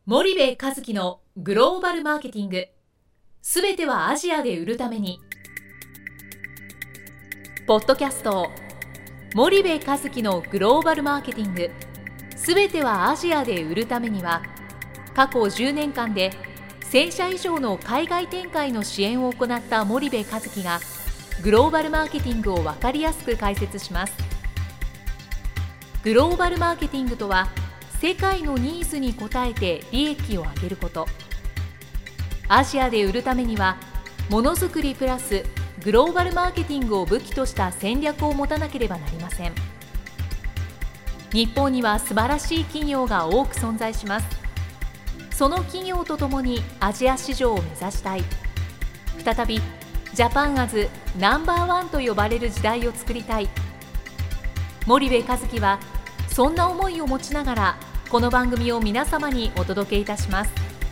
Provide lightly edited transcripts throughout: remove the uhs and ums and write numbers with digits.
森部一樹のグローバルマーケティング、すべてはアジアで売るために。ポッドキャスト森部一樹のグローバルマーケティング、すべてはアジアで売るためには、過去10年間で1000社以上の海外展開の支援を行った森部一樹がグローバルマーケティングを分かりやすく解説します。グローバルマーケティングとは、世界のニーズに応えて利益を上げること。アジアで売るためには、ものづくりプラスグローバルマーケティングを武器とした戦略を持たなければなりません。日本には素晴らしい企業が多く存在します。その企業とともにアジア市場を目指したい。再びジャパンアズナンバーワンと呼ばれる時代を作りたい。森部一樹はそんな思いを持ちながら、この番組を皆様にお届けいたします。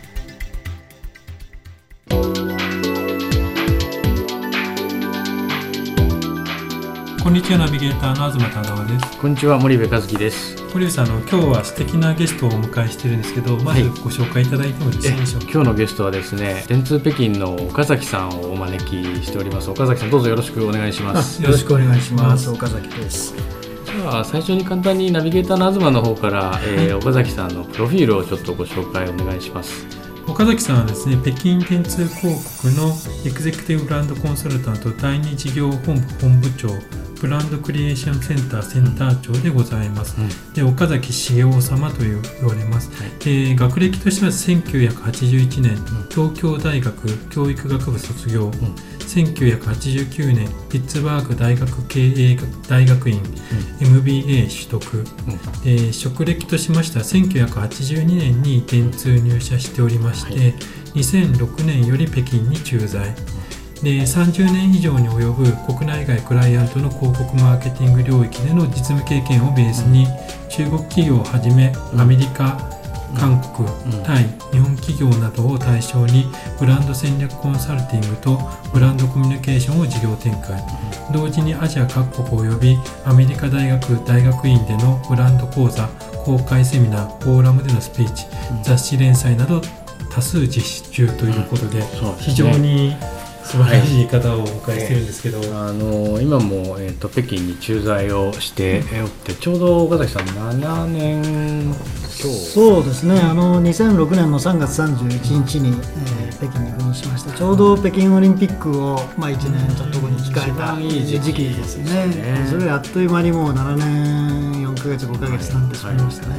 こんにちは、ナビゲーターの東忠夫です。 こんにちは、森部一樹です。 森部さん、今日は素敵なゲストをお迎えしているんですけど、まずご紹介いただいてもよろしいでしょうか。 今日のゲストはですね、電通北京の岡崎さんをお招きしております。岡崎さん、どうぞよろしくお願いします。 よろしくお願いします。岡崎です。 では最初に簡単にナビゲーターの東の方から、岡崎さんのプロフィールをちょっとご紹介お願いします。 岡崎さんはですね、北京電通広告のエグゼクティブブランドコンサルタント第2事業本部本部長、ブランドクリエーションセンターセンター長でございます。で、岡崎茂雄様と言われます。で、学歴としては1981年、東京大学教育学部卒業、1989年ピッツバーグ大学経営大学院、MBA 取得、職歴としましては1982年に電通入社しておりまして、2006年より北京に駐在で、30年以上に及ぶ国内外クライアントの広告マーケティング領域での実務経験をベースに、中国企業をはじめアメリカ、韓国、タイ、日本企業などを対象にブランド戦略コンサルティングとブランドコミュニケーションを事業展開、同時にアジア各国及びアメリカ大学大学院でのブランド講座、公開セミナー、フォーラムでのスピーチ、雑誌連載など多数実施中ということで、非常に素晴らしい方をお迎えしてるんですけど、 今も、北京に駐在をしておって、ちょうど岡崎さん7年強。 そうですね、2006年の3月31日に、北京に赴任しました。ちょうど北京オリンピックを、1年ちょっと後に控えた時期ですね。それがあっという間にもう7年4ヶ月5ヶ月経ってしまいましたね。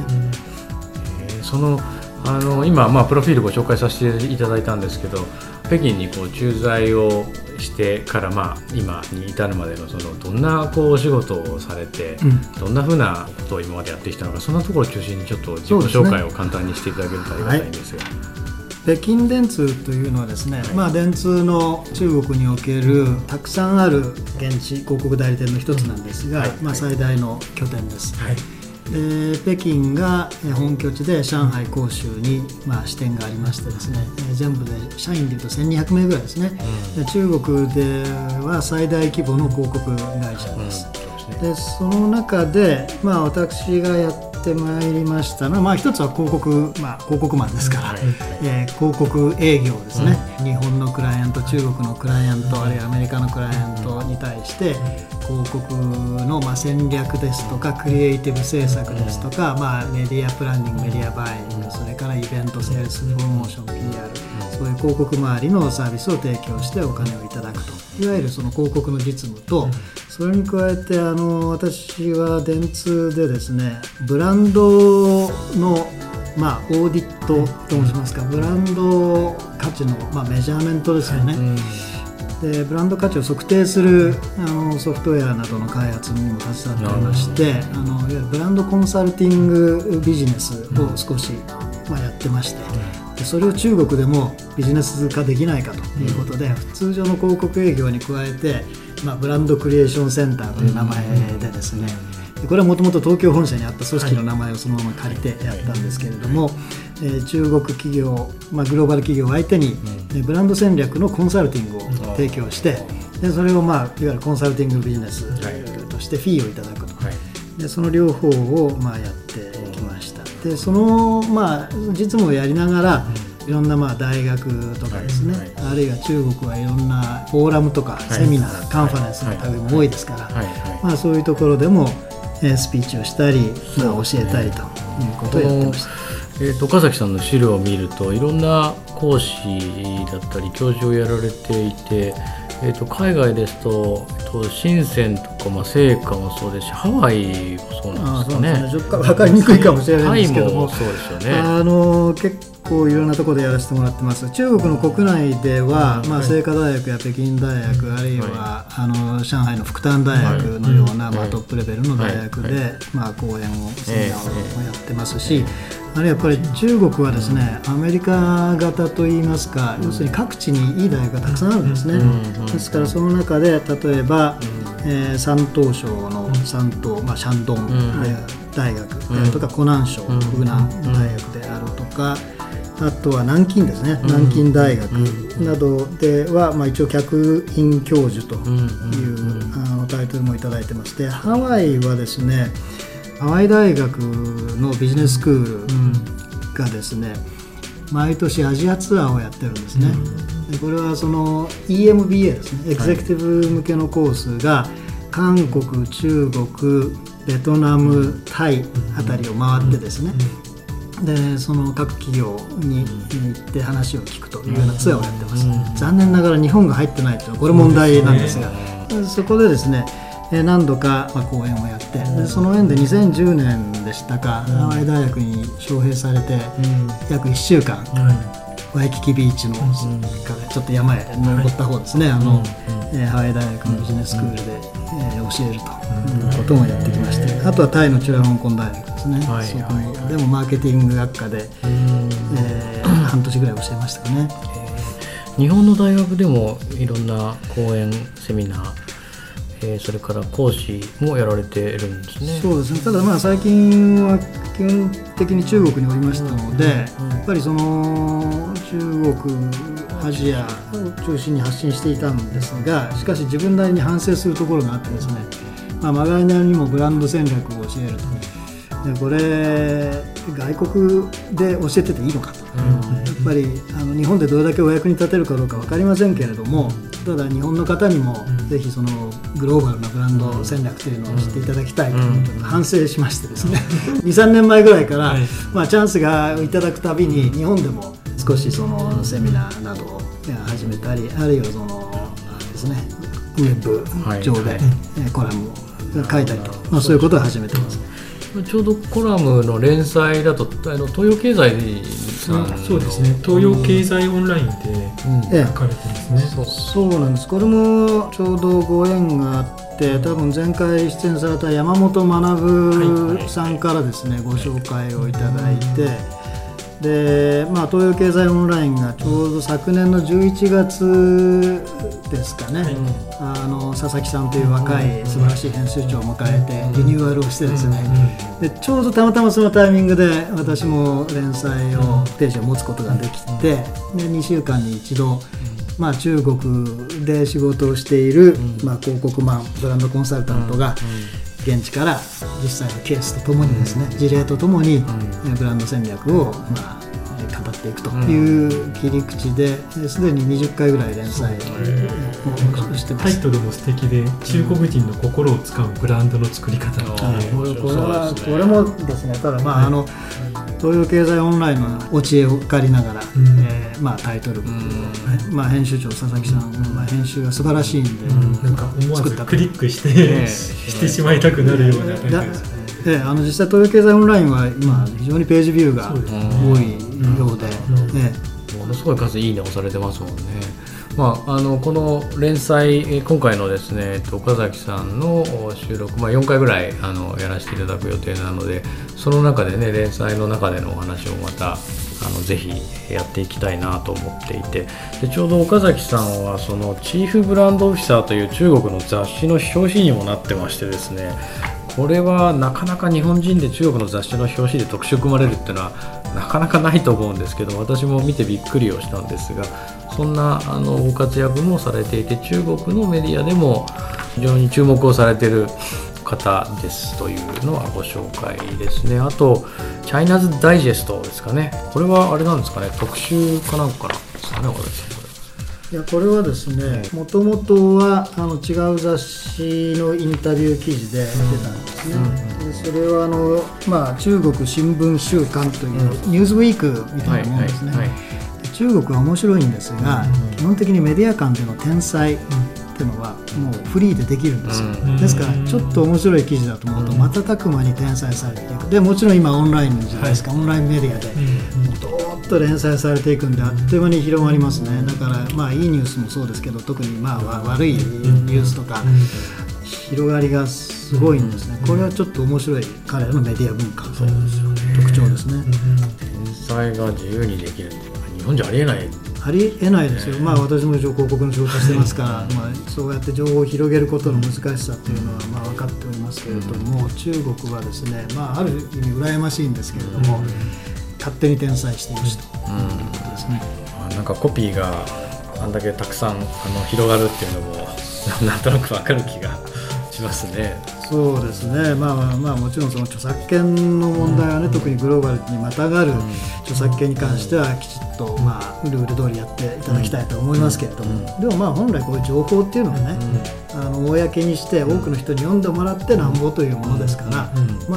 今、プロフィールご紹介させていただいたんですけど、北京に駐在をしてから、今に至るまでのどんなお仕事をされて、どんなふうなことを今までやってきたのか、そんなところを中心にちょっと自己紹介を簡単にしていただけるとありがたいんですが。 北京電通というのはですね、電通の中国におけるたくさんある現地広告代理店の一つなんですが、最大の拠点です。北京が本拠地で上海、広州に支店がありましてですね、全部で社員でいうと1200名ぐらいですね。中国では最大規模の広告会社です。で、その中で、私がやってまいりましたのは、一つは広告マンですから、広告営業ですね。日本のクライアント、中国のクライアント、あるいはアメリカのクライアントに対して広告の戦略ですとか、クリエイティブ制作ですとか、メディアプランニング、メディアバイング、それからイベントセールス、プロモーション、PR、そういう広告周りのサービスを提供してお金をいただくと、いわゆるその広告の実務と、それに加えて私は電通でですね、ブランドのオーディットと申しますか、ブランド価値のメジャーメントですよね。で、ブランド価値を測定するソフトウェアなどの開発にも携わっていまして、いわゆるブランドコンサルティングビジネスを少しやってまして、でそれを中国でもビジネス化できないかということで、通常の広告営業に加えて、ブランドクリエーションセンターという名前でですね、これはもともと東京本社にあった組織の名前をそのまま借りてやったんですけれども、中国企業、グローバル企業を相手にブランド戦略のコンサルティングを提供して、でそれをいわゆるコンサルティングビジネスとしてフィーをいただくと、でその両方をやってきました。 でその、実務をやりながら、いろんな大学とかですね、あるいは中国はいろんなフォーラムとかセミナー、カンファレンスの類も多いですから、そういうところでもスピーチをしたり、教えたりということをやってました。 岡崎さんの資料を見るといろんな講師だったり教授をやられていて、海外ですと深センとか、成果もそうですし、ハワイもそうなんですかね。 ちょっと分かりにくいかもしれないんですけども、 そうですよね。 結構いろんなところでやらせてもらってます。中国の国内では、清華大学や北京大学、あるいは、上海の復旦大学のような、トップレベルの大学で、講演をセミナーをやってますし、あるいはやっぱり中国はですね、アメリカ型といいますか、要するに各地にいい大学がたくさんあるんですね。ですからその中で例えば、山東省の山東、シャンドン大学であるとか、湖南省、湖南大学であるとか、あとは南京ですね、南京大学などでは、一応客員教授というタイトルもいただいてまして、ハワイはですね、ハワイ大学のビジネススクールがですね、毎年アジアツアーをやってるんですね。でこれはその EMBA ですね、エグゼクティブ向けのコースが韓国、中国、ベトナム、タイあたりを回ってですね、でその各企業に行って話を聞くというようなツアーをやってます。残念ながら日本が入ってないというのはこれ問題なんですが、そこでですね、何度か講演をやって、でその縁で2010年でしたか、ハワイ大学に招聘されて、約1週間、ワイキキビーチのからちょっと山へ登った方ですね、ハワイ大学のビジネススクールで教えるということもやってきまして、あとはタイのチュラロンコン大学ですね、そこでもマーケティング学科で半年ぐらい教えましたかね。 日本の大学でもいろんな講演セミナー、それから講師もやられているんですね。 そうですね。ただ最近は基本的に中国におりましたので、やっぱりその中国、アジアを中心に発信していたんですが、しかし自分なりに反省するところがあってですね、まがいなりにもブランド戦略を教えると。でこれ外国で教えてていいのかと、やっぱり日本でどれだけお役に立てるかどうか分かりませんけれども、ただ日本の方にもぜひそのグローバルなブランド戦略というのを知っていただきたいと思って反省しましてですね2、3年前ぐらいから、チャンスがいただくたびに日本でも少しそのセミナーなどを始めたり、あるいはそのですね、ウェブ上でコラムを書いたりと、そういうことを始めてます。 ちょうどコラムの連載だと東洋経済さんの、 そうですね、東洋経済オンラインで書かれてますね。 そうなんです。これもちょうどご縁があって、多分前回出演された山本学さんからですね、ご紹介をいただいて、で東洋経済オンラインがちょうど昨年の11月ですかね、佐々木さんという若い素晴らしい編集長を迎えてリニューアルをしてですね、でちょうどたまたまそのタイミングで私も連載をページを持つことができて、で2週間に一度、中国で仕事をしている、広告マン、ブランドコンサルタントが現地から実際のケースとともにですね、事例とともにブランド戦略を語っていくという切り口ですでに20回ぐらい連載をしてます。 タイトルも素敵で、中国人の心をつかむブランドの作り方これもですね、ただ東洋経済オンラインのお知恵を借りながら、タイトル、編集長佐々木さんの編集が素晴らしいんで、 思わずクリックしてしまいたくなるような感じですね。 実際東洋経済オンラインは今非常にページビューが多いようで、 ものすごい数いいね押されてますもんね。この連載、今回のですね、岡崎さんの収録、4回ぐらいやらせていただく予定なので、その中でね、連載の中でのお話をまたぜひやっていきたいなと思っていて、でちょうど岡崎さんはそのチーフブランドオフィサーという中国の雑誌の表紙にもなってましてですね、これはなかなか日本人で中国の雑誌の表紙で特集組まれるっていうのはなかなかないと思うんですけど、私も見てびっくりをしたんですが、そんなご活躍もされていて、中国のメディアでも非常に注目をされている方ですというのはご紹介ですね。あとチャイナズダイジェストですかね。これはあれなんですかね、特集かなんかなんですかね。 いやこれはですね、もともとは違う雑誌のインタビュー記事で出たんですね。でそれは中国新聞週刊というニューズウィークみたいなものですね。中国は面白いんですが、基本的にメディア間での転載っていうのはもうフリーでできるんですよ。ですからちょっと面白い記事だと思うと瞬く間に転載されていく。でもちろん今オンラインじゃないですか、オンラインメディアでどーっと連載されていくんで、あっという間に広まりますね。だからいいニュースもそうですけど、特に悪いニュースとか広がりがすごいんですね。これはちょっと面白い彼らのメディア文化の特徴ですね。 転載が自由にできるって日本じゃありえない。 ありえないですよ。私も一応広告の仕事してますから、そうやって情報を広げることの難しさというのは分かっておりますけれども、中国はですね、ある意味羨ましいんですけれども、勝手に転載している人ということですね。 なんかコピーがあんだけたくさん広がるっていうのもなんとなく分かる気がしますね。 そうですね。もちろんその著作権の問題はね、特にグローバルにまたがる著作権に関してはきちっとルール通りやっていただきたいと思いますけれども、でも本来こういう情報っていうのはね、公にして多くの人に読んでもらってなんぼというものですから、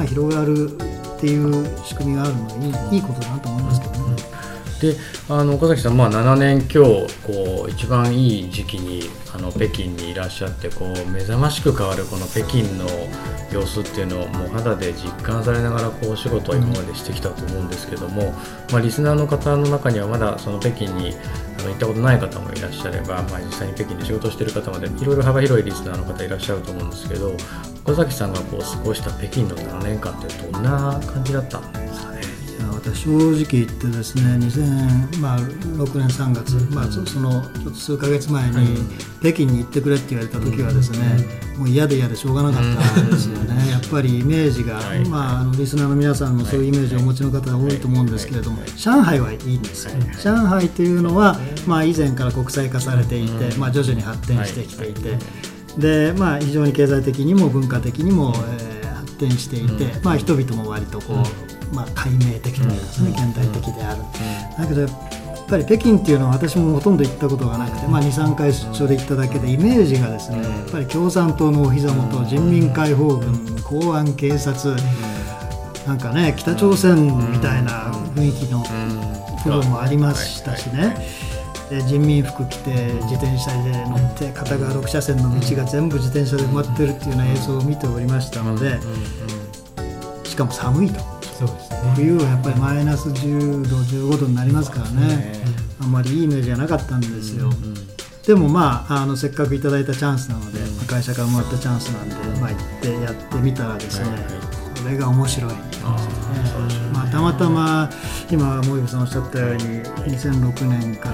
広がるっていう仕組みがあるのはいいことだなと思いますけどね。 で岡崎さん、7年今日一番いい時期に北京にいらっしゃって、目覚ましく変わるこの北京の様子っていうのをもう肌で実感されながらお仕事を今までしてきたと思うんですけども、リスナーの方の中にはまだその北京に行ったことない方もいらっしゃれば、実際に北京で仕事をしている方までいろいろ幅広いリスナーの方いらっしゃると思うんですけど、岡崎さんが過ごした北京の7年間ってどんな感じだったんですかね。 私正直言ってですね、2006年3月、そのちょっと数ヶ月前に北京に行ってくれって言われた時はですね、もう嫌でしょうがなかったんですよね。やっぱりイメージが、リスナーの皆さんもそういうイメージをお持ちの方が多いと思うんですけれども、上海はいいんですよ。上海というのは、以前から国際化されていて、徐々に発展してきていて、で、非常に経済的にも文化的にも、発展していて、人々も割と解明的というかですね、現代的である。だけどやっぱり北京っていうのは私もほとんど行ったことがなくて、2、3回出張で行っただけでイメージがですね、やっぱり共産党のお膝元、人民解放軍、公安警察、なんかね、北朝鮮みたいな雰囲気の部分もありましたしね。人民服着て自転車で乗って片側6車線の道が全部自転車で埋まってるっていうような映像を見ておりましたので、しかも寒いと。 そうですね、 冬はやっぱりマイナス10度15度になりますからね、あんまりいいイメージじゃなかったんですよ。でもせっかくいただいたチャンスなので、会社からもらったチャンスなんで、行ってやってみたらですね、これが面白いんですね。たまたま今森部さんおっしゃったように2006年から、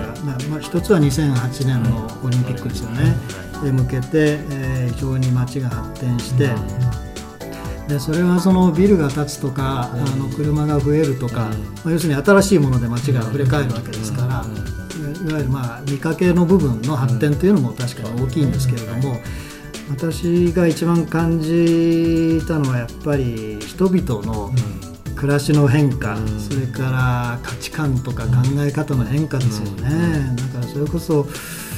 一つは2008年のオリンピックですよね、で向けて、非常に街が発展して、でそれはそのビルが建つとか、車が増えるとか、要するに新しいもので街が溢れ返るわけですから、いわゆる見かけの部分の発展というのも確かに大きいんですけれども、私が一番感じたのはやっぱり人々の暮らしの変化、それから価値観とか考え方の変化ですよね。だからそれこそ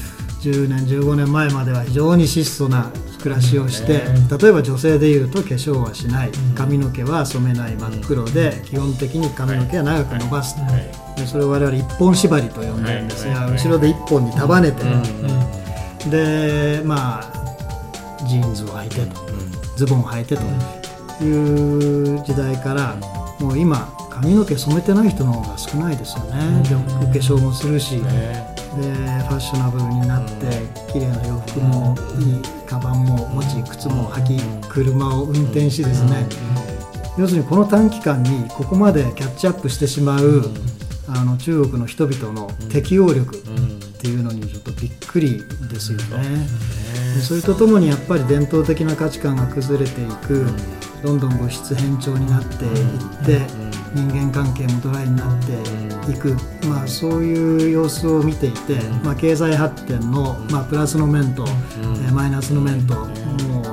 10年15年前までは非常に質素な暮らしをして、例えば女性でいうと化粧はしない、髪の毛は染めない、真っ黒で基本的に髪の毛は長く伸ばす、でそれを我々一本縛りと呼んでるんですが、後ろで一本に束ねて、でジーンズを履いてと、ズボンを履いてという時代から、もう今髪の毛染めてない人の方が少ないですよね。でお化粧もするし、でファッショナブルになって綺麗な洋服もいいカバンも持ち、靴も履き、車を運転しですね、要するにこの短期間にここまでキャッチアップしてしまう中国の人々の適応力っていうのにちょっとびっくりですよね。でそれとともにやっぱり伝統的な価値観が崩れていく、どんどん物質偏重になっていって人間関係もドライになっていく、そういう様子を見ていて、経済発展の、プラスの面と、マイナスの面ともう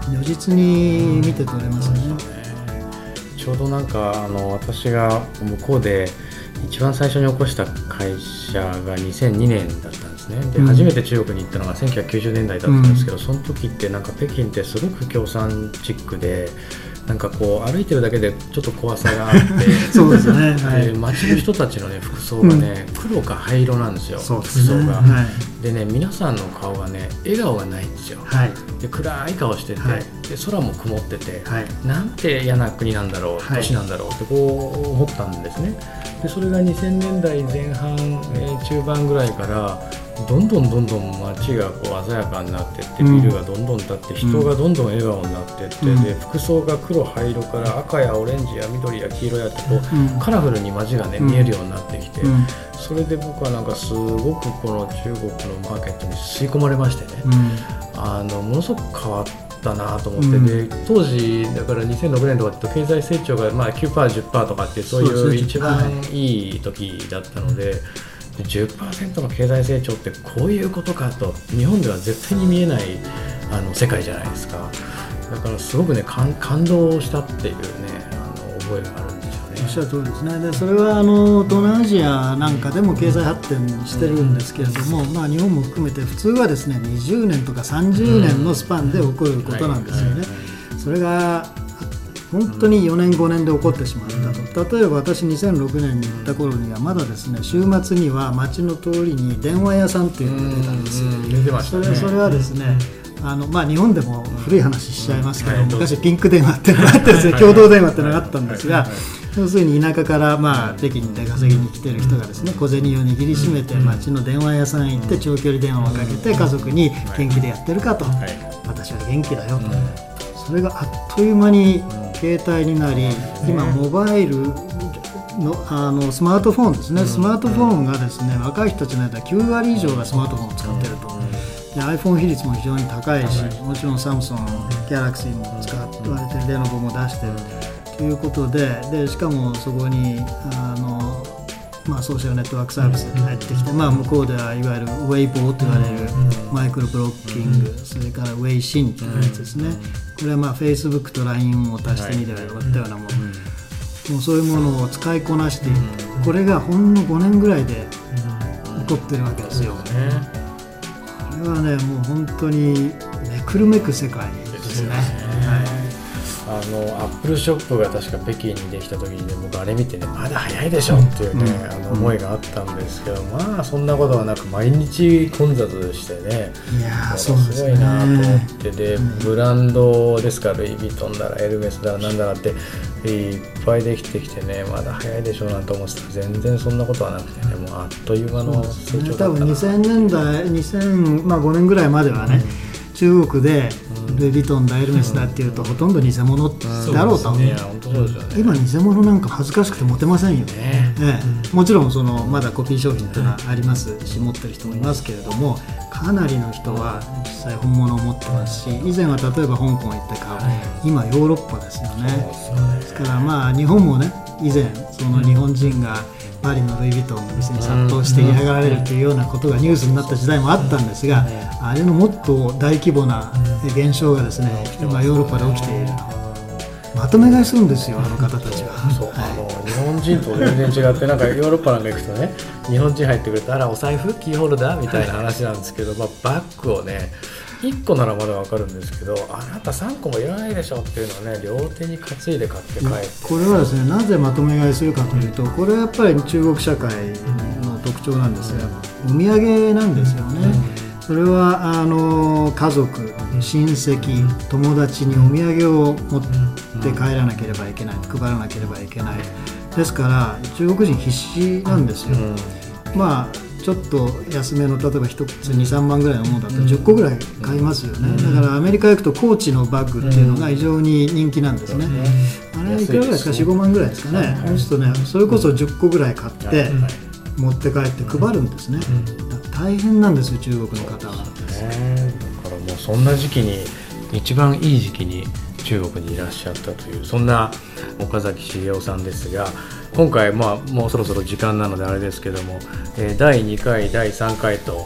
如実に見て取れますね。 ちょうどなんか私が向こうで一番最初に起こした会社が2002年だったんですね。で、初めて中国に行ったのが1990年代だったんですけど、その時ってなんか北京ってすごく共産チックで、なんかこう歩いてるだけでちょっと怖さがあってそうですね、はい、 街の人たちのね服装がね、黒か灰色なんですよ、服装が、はい、でね、皆さんの顔がね笑顔がないんですよ、はい、で暗い顔してて、はい、で空も曇ってて、はい、なんて嫌な国なんだろう、都市なんだろうってこう思ったんですね。でそれが2000年代前半、中盤ぐらいからどんどん街がこう鮮やかになっていって、ビルがどんどん建って人がどんどん笑顔になっていって、で服装が黒灰色から赤やオレンジや緑や黄色やってこう、カラフルに街がね見えるようになってきて、それで僕はなんかすごくこの中国のマーケットに吸い込まれましてね、ものすごく変わったなと思って、で当時だから2006年とかって経済成長がまあ 9%、10% とかってそういう一番いい時だったので、10% の経済成長ってこういうことかと日本では絶対に見えない世界じゃないですか。だからすごくね感動したっていうね覚えがあるんですよね。 おっしゃる通りですね。でそれは東南アジアなんかでも経済発展してるんですけれども、まあ、日本も含めて普通はですね20年とか30年のスパンで起こることなんですよね。それが本当に4年5年で起こってしまったと。例えば私2006年に行った頃にはまだですね週末には街の通りに電話屋さんっていうのが出たんですよ。 出てましたね。 それはですねまあ、日本でも古い話しちゃいますけど、昔ピンク電話ってのがあってですね、共同電話ってのがあったんですが、要するに田舎からまあ北京に出稼ぎに来てる人がですね小銭を握りしめて街の電話屋さんへ行って長距離電話をかけて家族に元気でやってるかと、私は元気だよと、それがあっという間に携帯になり、今モバイルのスマートフォンですね、スマートフォンがですね若い人たちの間9割以上がスマートフォンを使っていると。で iPhone 比率も非常に高いし、もちろんサムソン、ギャラクシーも使われてる、レノボも出してるということで、しかもそこにまあ、ソーシャルネットワークサービスが入ってきて、まあ、向こうではいわゆるウェイボーと言われるマイクロブロッキング、それからウェイシンというやつですね。これはまあ Facebook と LINE を足してみればよかったようなもの、もうそういうものを使いこなしている。これがほんの5年ぐらいで起こってるわけですよ。これはねもう本当にめくるめく世界ですね。 アップルショップが確か北京にできた時にね、僕あれ見てねまだ早いでしょっていうね、思いがあったんですけど、まあそんなことはなく毎日混雑してね、 いやそうすごいなと思って、でブランドですからルイ・ヴィトンだらエルメスだらなんだらっていっぱいできてきてね、まだ早いでしょうなんて思ってたら全然そんなことはなくてね、もうあっという間の成長だったな。 多分2000年代2005年ぐらいまではね、中国でルイ・ヴィトンだエルメスだっていうとほとんど偽物だろうと、今偽物なんか恥ずかしくて持てませんよね。もちろんまだコピー商品っていうのはありますし持ってる人もいますけれども、かなりの人は実際本物を持ってますし、以前は例えば香港行って買う、今ヨーロッパですよね。ですからまあ日本もね以前日本人がパリのルイ・ヴィトンの店に殺到して嫌がられるというようなことがニュースになった時代もあったんですが、あれのもっと大規模な現象がですね今ヨーロッパで起きていると。まとめ買いするんですよあの方たちは。 そう、日本人と全然違ってなんかヨーロッパなんか行くとね日本人入ってくるとあらお財布キーホルダーみたいな話なんですけど、バッグをね1個ならまだ分かるんですけど、あなた3個もいらないでしょっていうのをね両手に担いで買って帰って、 これはですねなぜまとめ買いするかというと、これはやっぱり中国社会の特徴なんですが、お土産なんですよね。それは家族、親戚、友達にお土産を持って帰らなければいけない、配らなければいけない。ですから中国人必死なんですよ。まあちょっと安めの例えば1つ 2,3 万ぐらいのものだと10個ぐらい買いますよね。だからアメリカ行くとコーチのバッグっていうのが非常に人気なんですね。あれいくらぐらいですか、4、5万ぐらいですかね。そうするとねそれこそ10個ぐらい買って持って帰って配るんですね。大変なんですよ中国の方は。 だからもうそんな時期に一番いい時期に中国にいらっしゃったというそんな岡崎茂雄さんですが、今回もうそろそろ時間なのであれですけども、第2回第3回と引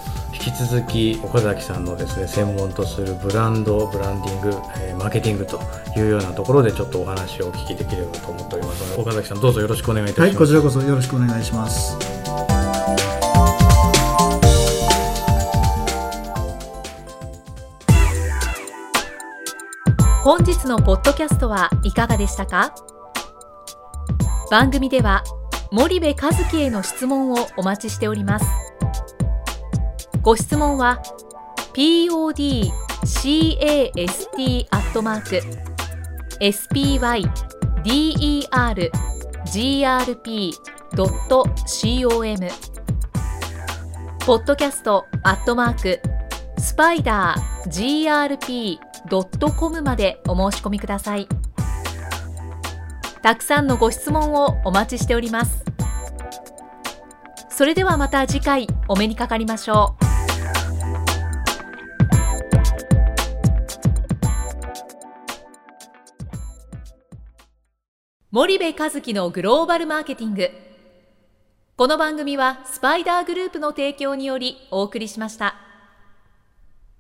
引き続き岡崎さんのですね専門とするブランディング、マーケティングというようなところでちょっとお話をお聞きできればと思っておりますので、岡崎さんどうぞよろしくお願いいたします。 はい、こちらこそよろしくお願いします。 本日のポッドキャストはいかがでしたか？番組では森部一樹への質問をお待ちしております。ご質問は podcast@spydergrp.com podcast@spidergrp.com までお申し込みください。たくさんのご質問をお待ちしております。それではまた次回お目にかかりましょう。森部一樹のグローバルマーケティング。この番組はスパイダーグループの提供によりお送りしました。